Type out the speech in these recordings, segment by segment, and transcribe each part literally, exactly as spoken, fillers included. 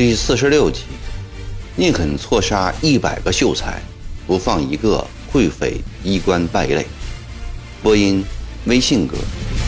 第四十六集，宁肯错杀一百个秀才，不放一个会匪衣冠败类。播音：微信哥。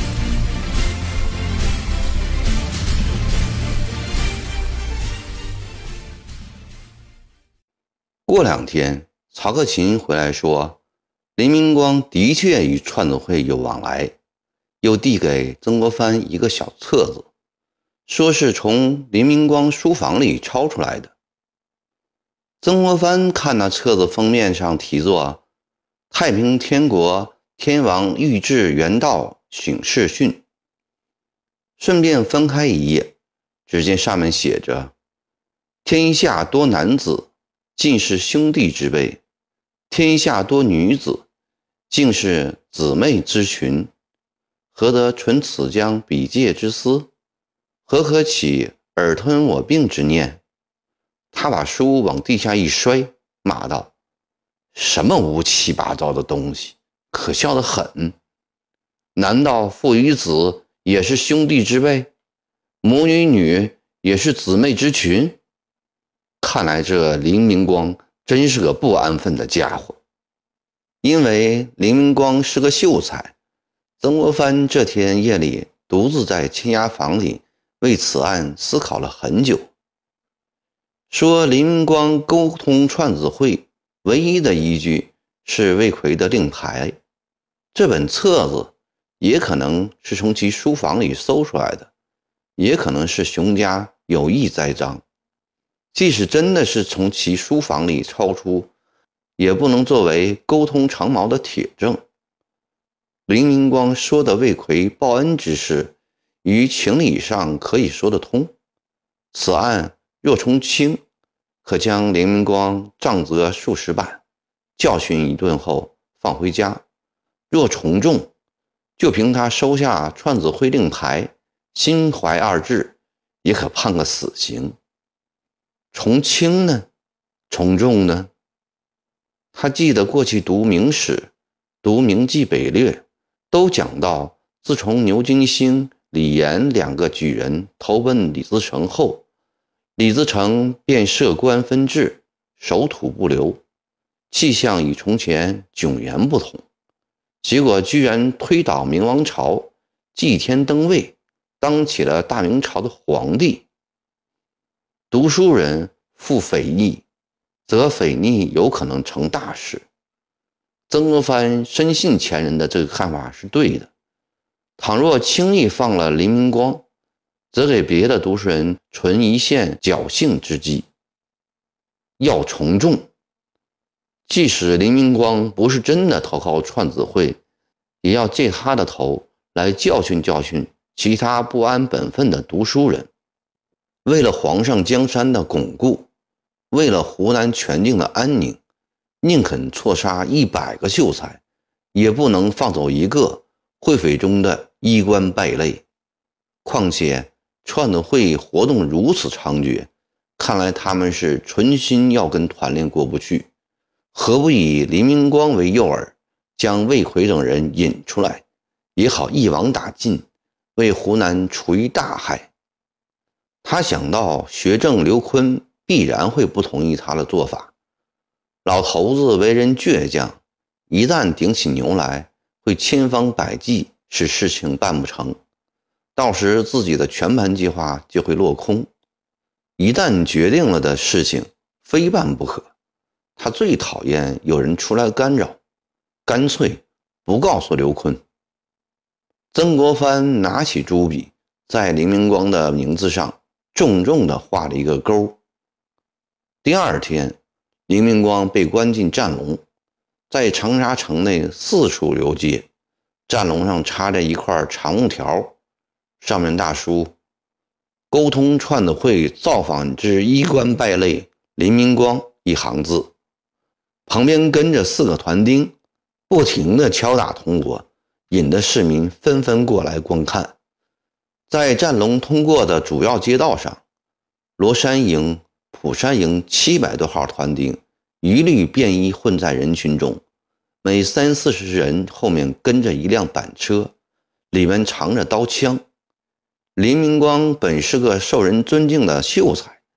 过两天，曹克勤回来说，林明光的确与串子会有往来，又递给曾国藩一个小册子，说是从林明光书房里抄出来的。曾国藩看那册子封面上题作太平天国天王御制元道醒世训，顺便翻开一页，只见上面写着：天下多男子，尽是兄弟之辈；天下多女子，尽是姊妹之群。何得存此将比介之思？何可起耳吞我病之念？他把书往地下一摔，骂道：什么乌七八糟的东西，可笑得很！难道父与子也是兄弟之辈，母与女也是姊妹之群？看来这林明光真是个不安分的家伙。因为林明光是个秀才，曾国藩这天夜里独自在签押房里为此案思考了很久，说林明光沟通串子会唯一的依据是魏逵的令牌，这本册子也可能是从其书房里搜出来的，也可能是熊家有意栽赃。即使真的是从其书房里抄出，也不能作为沟通长矛的铁证。林明光说的魏逵报恩之事，于情理上可以说得通。此案若从轻，可将林明光杖责数十板，教训一顿后放回家；若从重，就凭他收下串子会令牌，心怀二志，也可判个死刑。从轻呢？从重呢？他记得过去读明史，读明记北略，都讲到自从牛金星、李严两个举人投奔李自成后，李自成便设官分治，守土不留，气象与从前迥然不同。结果居然推倒明王朝，祭天登位，当起了大明朝的皇帝。读书人负匪逆，则匪逆有可能成大事。曾国藩深信前人的这个看法是对的，倘若轻易放了林明光，则给别的读书人存一线侥幸之机。要从重，即使林明光不是真的投靠串子会，也要借他的头来教训教训其他不安本分的读书人。为了皇上江山的巩固，为了湖南全境的安宁，宁肯错杀一百个秀才，也不能放走一个会匪中的衣冠败类。况且串子会活动如此猖獗，看来他们是存心要跟团练过不去，何不以林明光为诱饵，将魏逵等人引出来，也好一网打尽，为湖南除一大害。他想到学政刘琨必然会不同意他的做法，老头子为人倔强，一旦顶起牛来，会千方百计使事情办不成，到时自己的全盘计划就会落空。一旦决定了的事情，非办不可。他最讨厌有人出来干扰，干脆不告诉刘琨。曾国藩拿起朱笔，在林明光的名字上重重地画了一个勾。第二天，林明光被关进战笼，在长沙城内四处游街。战笼上插着一块长木条，上面大书：沟通串子会造访之衣冠败类林明光一行字。旁边跟着四个团丁，不停地敲打铜锣，引得市民纷纷过来观看。在战龙通过的主要街道上，罗山营、普山营七百多号团丁一律便衣混在人群中，每三四十人后面跟着一辆板车，里面藏着刀枪。林明光本是个受人尊敬的秀才，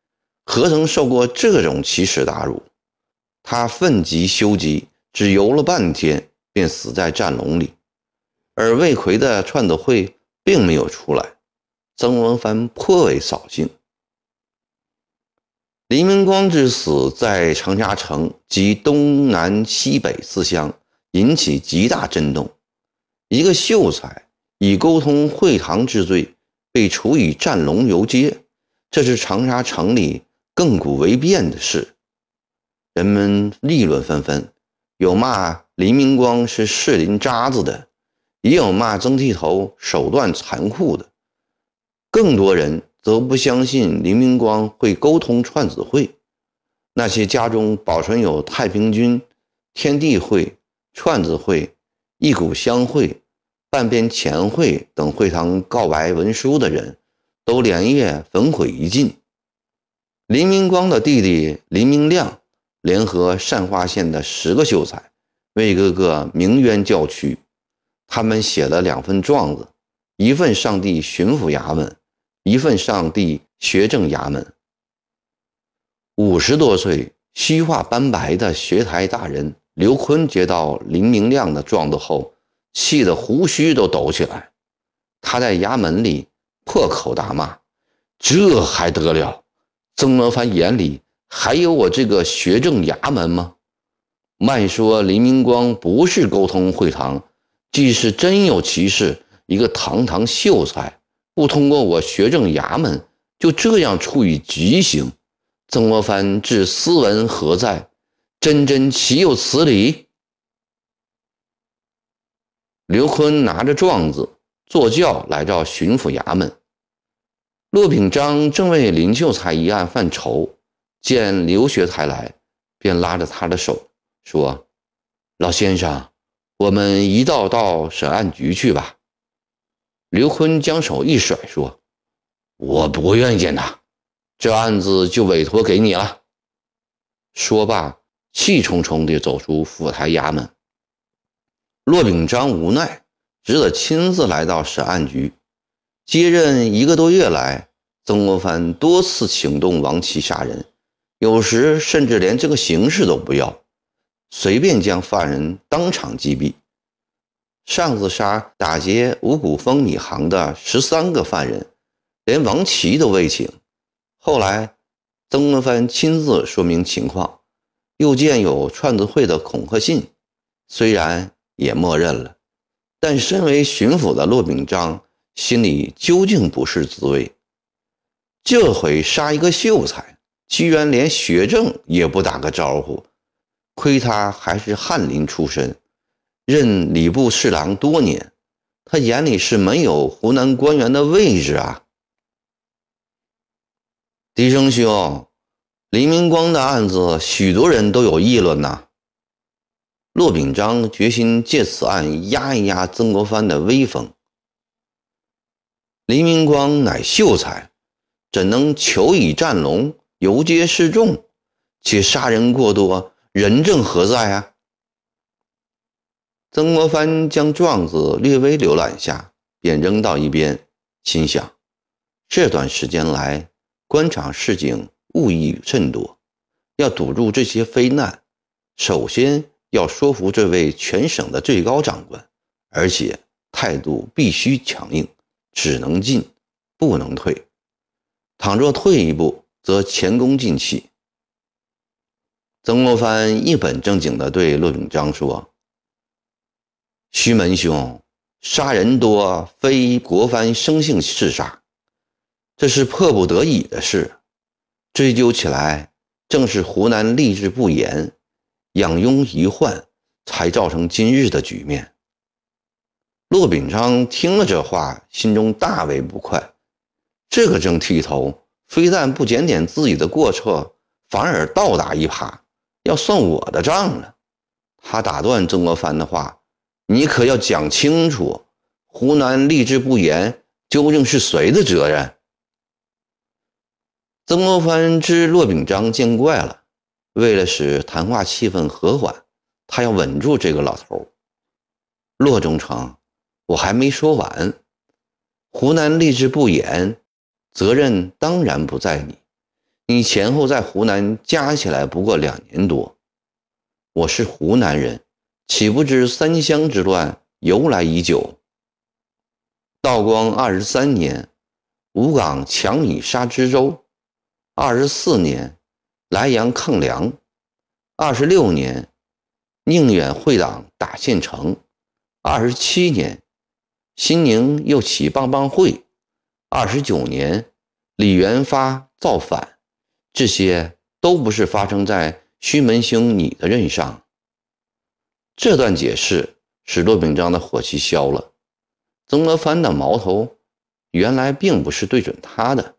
何曾受过这种奇耻大辱？他愤急修疾，只游了半天，便死在战笼里。而魏奎的串子会并没有出来，曾国藩颇为扫兴。黎明光之死在长沙城及东南西北四乡引起极大震动。一个秀才以沟通会堂之罪被处以战笼游街，这是长沙城里亘古为变的事。人们议论纷纷，有骂黎明光是士林渣子的，也有骂曾剃头手段残酷的，更多人则不相信黎明光会沟通串子会。那些家中保存有太平军、天地会、串子会、一股相会、半边钱会等会堂告白文书的人，都连夜焚毁一尽。黎明光的弟弟黎明亮联合善化县的十个秀才，为个个鸣冤叫屈。他们写了两份状子，一份上递巡抚衙门，一份上递学政衙门。五十多岁、须发斑白的学台大人刘坤接到林明亮的状子后，气得胡须都抖起来。他在衙门里破口大骂：“这还得了？曾国藩眼里还有我这个学政衙门吗？慢说黎明光不是沟通会堂，即是真有其事，一个堂堂秀才，不通过我学政衙门，就这样处以极刑。曾国藩治斯文何在？真真岂有此理？”刘坤拿着状子坐轿来到巡抚衙门。骆秉章正为林秀才一案犯愁，见刘学才来，便拉着他的手说：“老先生，我们一道到审案局去吧。”刘坤将手一甩说：“我不愿意见他，这案子就委托给你了。”说罢，气冲冲地走出府台衙门。骆秉章无奈，只得亲自来到审案局。接任一个多月来，曾国藩多次请动王琦杀人，有时甚至连这个形式都不要，随便将犯人当场击毙。上次杀打劫五谷丰米行的十三个犯人，连王琦都未请。后来曾国藩亲自说明情况，又见有串子会的恐吓信，虽然也默认了，但身为巡抚的骆秉章心里究竟不是滋味。这回杀一个秀才，居然连学政也不打个招呼，亏他还是翰林出身，任礼部侍郎多年，他眼里是没有湖南官员的位置啊。狄生兄，黎明光的案子许多人都有议论呐。骆秉章决心借此案压一压曾国藩的威风。黎明光乃秀才，怎能求以战龙，游街示众，且杀人过多，人证何在啊？曾国藩将状子略微浏览下，便扔到一边，心想：这段时间来，官场事情误议甚多，要堵住这些非难，首先要说服这位全省的最高长官，而且态度必须强硬，只能进，不能退。倘若退一步，则前功尽弃。曾国藩一本正经地对骆秉章说：“徐门兄，杀人多非国藩生性嗜杀，这是迫不得已的事。追究起来，正是湖南吏治不严，养庸遗患，才造成今日的局面。”骆秉章听了这话，心中大为不快。这个正剃头非但不检点自己的过错，反而倒打一耙，要算我的账了。他打断曾国藩的话：“你可要讲清楚，湖南吏治不严究竟是谁的责任？”曾国藩知骆秉章见怪了，为了使谈话气氛和缓，他要稳住这个老头。骆中丞，我还没说完。湖南吏治不严，责任当然不在你， 你前后在湖南加起来不过两年多。我是湖南人，岂不知三湘之乱由来已久。道光二十三年，吴港抢米杀知州；二十四年，莱阳抗梁；二十六年，宁远会党打县城；二十七年，新宁又起帮帮会；二十九年，李元发造反。这些都不是发生在须门兄你的任上。这段解释使骆秉章的火气消了。曾国藩的矛头原来并不是对准他的。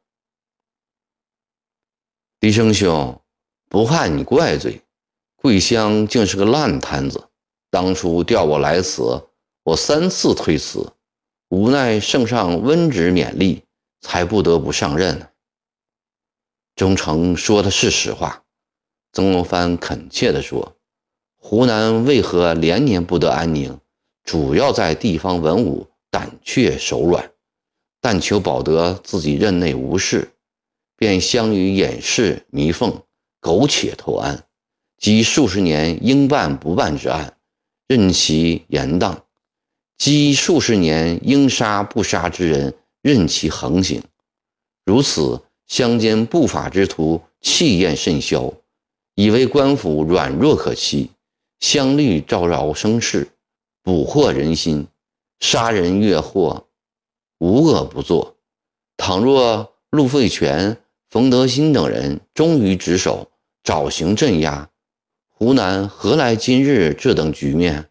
狄生兄，不怕你怪罪，桂香竟是个烂摊子，当初调我来此，我三次推辞，无奈圣上温旨勉励，才不得不上任。忠诚说的是实话，曾国藩恳切地说，湖南为何连年不得安宁，主要在地方文武胆怯手软，但求保得自己任内无事，便相与掩饰弥缝，苟且投安，积数十年应办不办之案，任其延宕；积数十年应杀不杀之人，任其横行。如此，乡间不法之徒气焰甚嚣，以为官府软弱可欺，乡律招摇生事，捕获人心，杀人越货，无恶不作。倘若陆费全、冯德兴等人忠于职守，找行镇压，湖南何来今日这等局面？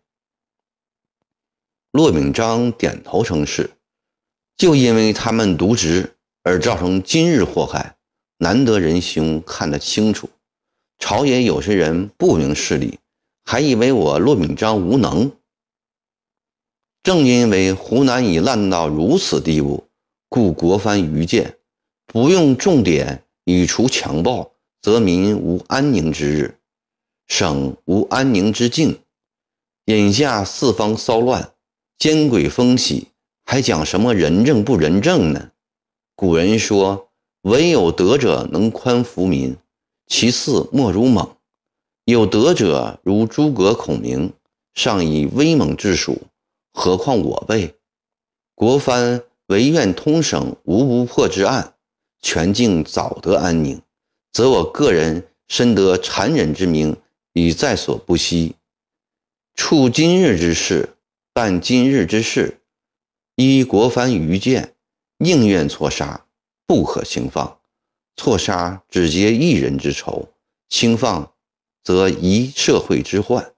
骆秉章点头称是，就因为他们渎职而造成今日祸害，难得仁兄看得清楚。朝野有些人不明事理，还以为我骆秉章无能。正因为湖南已烂到如此地步，故国藩愚见，不用重点以除强暴，则民无安宁之日，省无安宁之境。眼下四方骚乱，奸诡风起，还讲什么仁政不仁政呢？古人说，唯有德者能宽服民，其次莫如猛。有德者如诸葛孔明，尚以威猛治蜀，何况我辈？国藩唯愿通省无不破之案，全境早得安宁，则我个人深得残忍之名，已在所不惜。处今日之事，办今日之事，依国藩愚见，宁愿错杀，不可轻放。错杀只结一人之仇，轻放则移社会之患。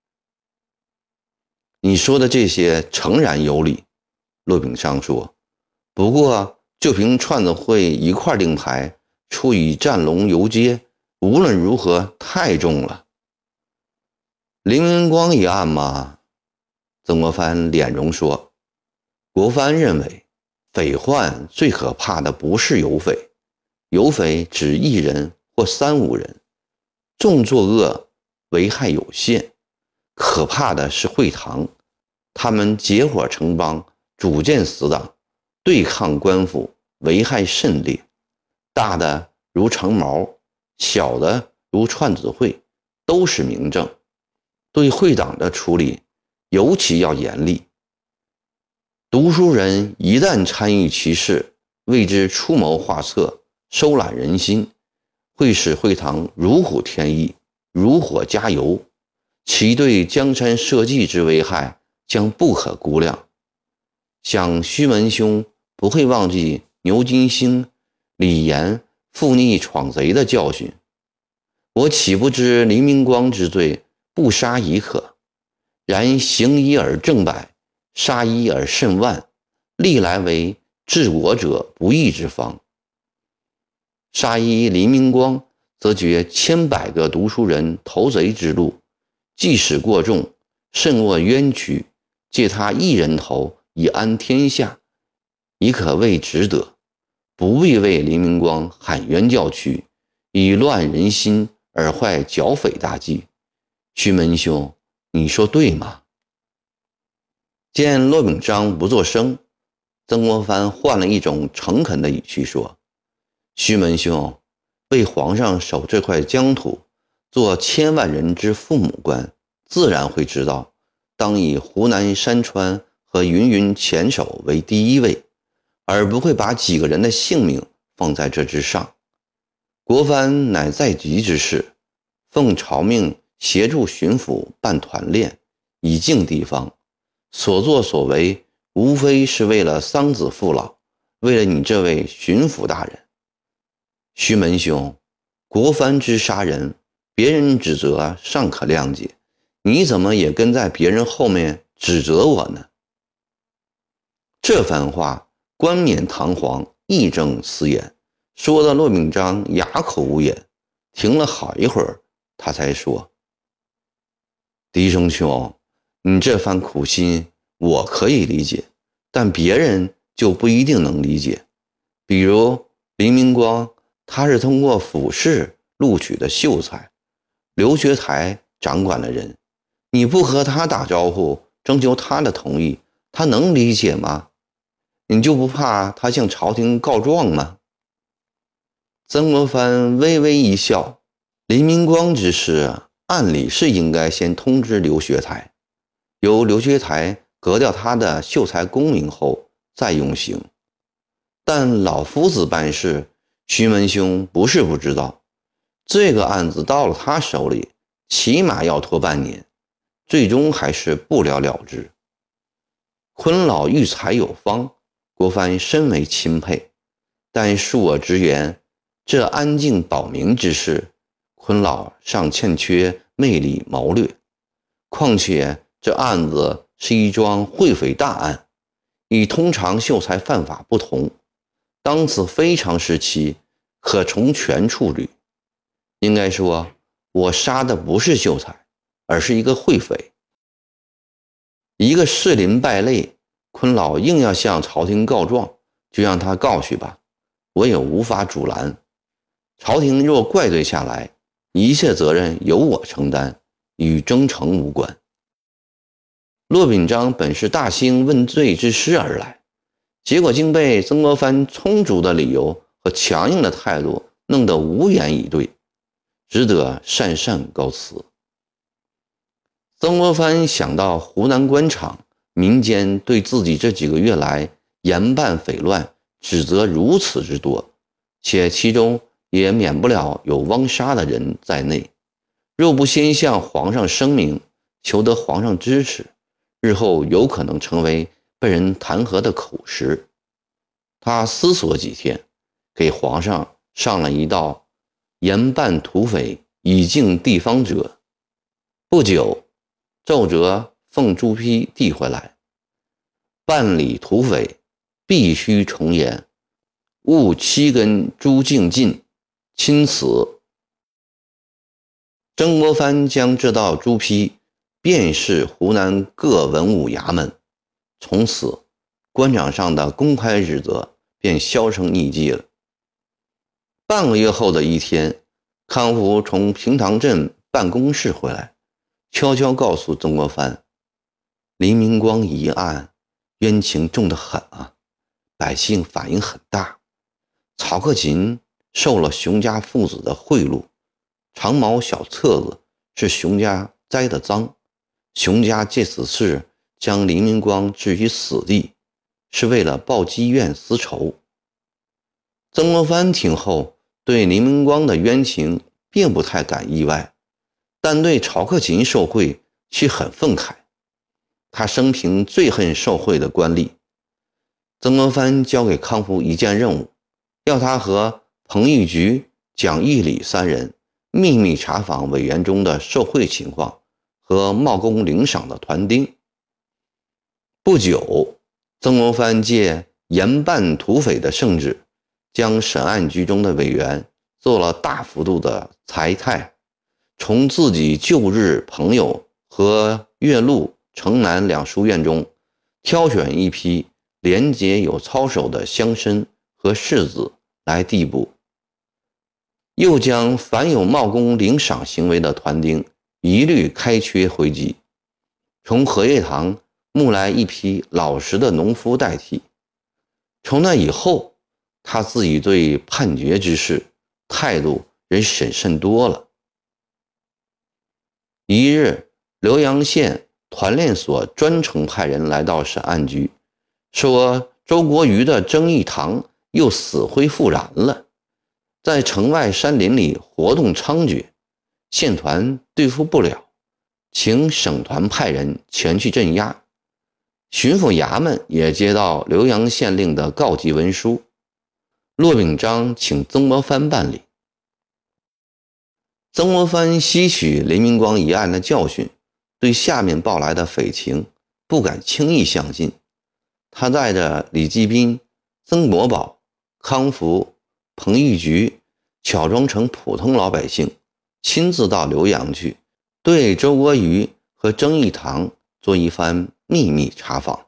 你说的这些诚然有理，骆秉章说，不过就凭串子会一块令牌，处以战龙游街，无论如何太重了。林文光一案嘛，曾国藩脸容说，国藩认为匪患最可怕的不是有匪，有匪只一人或三五人，重作恶，危害有限。可怕的是会堂，他们结伙成帮，组建死党，对抗官府，危害甚烈。大的如长毛，小的如串子会，都是明证。对会党的处理尤其要严厉。读书人一旦参与其事，为之出谋划策，收揽人心，会使会堂如虎添翼，如火加油，其对江山社稷之危害将不可估量。想须门兄不会忘记牛金星、李严附逆闯贼的教训。我岂不知黎明光之罪，不杀已可，然行一而正百，杀一而甚万，历来为治国者不义之方。杀一黎明光，则绝千百个读书人投贼之路，即使过重，甚握冤屈，借他一人头以安天下，已可谓值得，不必为黎明光喊冤叫屈，以乱人心而坏剿匪大计。须门兄，你说对吗？见骆秉章不作声，曾国藩换了一种诚恳的语气说，须门兄， 为皇上守这块疆土，做千万人之父母官，自然会知道，当以湖南山川和云云黔首为第一位，而不会把几个人的性命放在这之上。国藩乃在急之事，奉朝命协助巡抚办团练，以敬地方，所作所为无非是为了丧子父老，为了你这位巡抚大人。徐门兄，国藩之杀人，别人指责尚可谅解，你怎么也跟在别人后面指责我呢？这番话冠冕堂皇，义正辞严，说的骆秉章哑口无言。停了好一会儿，他才说：狄生兄，你这番苦心我可以理解，但别人就不一定能理解。比如黎明光，他是通过府试录取的秀才，刘学台掌管了人，你不和他打招呼，征求他的同意，他能理解吗？你就不怕他向朝廷告状吗？曾国藩微微一笑，黎明光之事按理是应该先通知刘学台，由刘学台革掉他的秀才功名后再用刑。但老夫子办事，徐门兄不是不知道，这个案子到了他手里，起码要拖半年，最终还是不了了之。坤老育才有方，国藩深为钦佩，但恕我直言，这安静保民之事，坤老尚欠缺魅力谋略。况且这案子是一桩贿匪大案，与通常秀才犯法不同，当此非常时期，可从权处理。应该说，我杀的不是秀才，而是一个贿匪。一个士林败类，坤老硬要向朝廷告状，就让他告去吧，我也无法阻拦。朝廷若怪罪下来，一切责任由我承担，与征程无关。骆秉章本是大兴问罪之师而来，结果竟被曾国藩充足的理由和强硬的态度弄得无言以对，只得讪讪告辞。曾国藩想到湖南官场民间对自己这几个月来严办匪乱指责如此之多，且其中也免不了有汪沙的人在内，若不先向皇上声明，求得皇上支持，日后有可能成为被人弹劾的口实。他思索几天，给皇上上了一道严办土匪，以敬地方者。不久，奏折奉朱批递回来，办理土匪必须从严，勿欺跟朱敬进，钦此。曾国藩将这道朱批便是湖南各文武衙门，从此官场上的公开指责便销声匿迹了。半个月后的一天，康福从平塘镇办公室回来，悄悄告诉曾国藩，黎明光一案冤情重得很啊，百姓反应很大。曹克勤受了熊家父子的贿赂，长毛小册子是熊家栽的赃，熊家借此事将黎明光置于死地，是为了报积怨私仇。曾国藩听后，对黎明光的冤情并不太感意外，但对曹克勤受贿却很愤慨。他生平最恨受贿的官吏。曾国藩交给康福一件任务，要他和彭玉菊、蒋义礼三人秘密查访委员中的受贿情况和冒功领赏的团丁。不久，曾国藩借严办土匪的圣旨，将审案局中的委员做了大幅度的裁汰，从自己旧日朋友和岳麓、城南两书院中挑选一批廉洁有操守的乡绅和士子来递补，又将凡有冒功领赏行为的团丁一律开缺回籍，从荷叶塘募来一批老实的农夫代替。从那以后，他自己对判决之事态度仍审慎多了。一日，浏阳县团练所专程派人来到审案局，说周国瑜的曾义堂又死灰复燃了，在城外山林里活动猖獗，县团对付不了，请省团派人前去镇压。巡抚衙门也接到浏阳县令的告急文书，骆秉章请曾国藩办理。曾国藩吸取雷明光一案的教训，对下面报来的匪情不敢轻易相信。他带着李继斌、曾国宝、康福、彭玉菊巧装成普通老百姓，亲自到浏阳去，对周国瑜和曾义堂做一番秘密查访。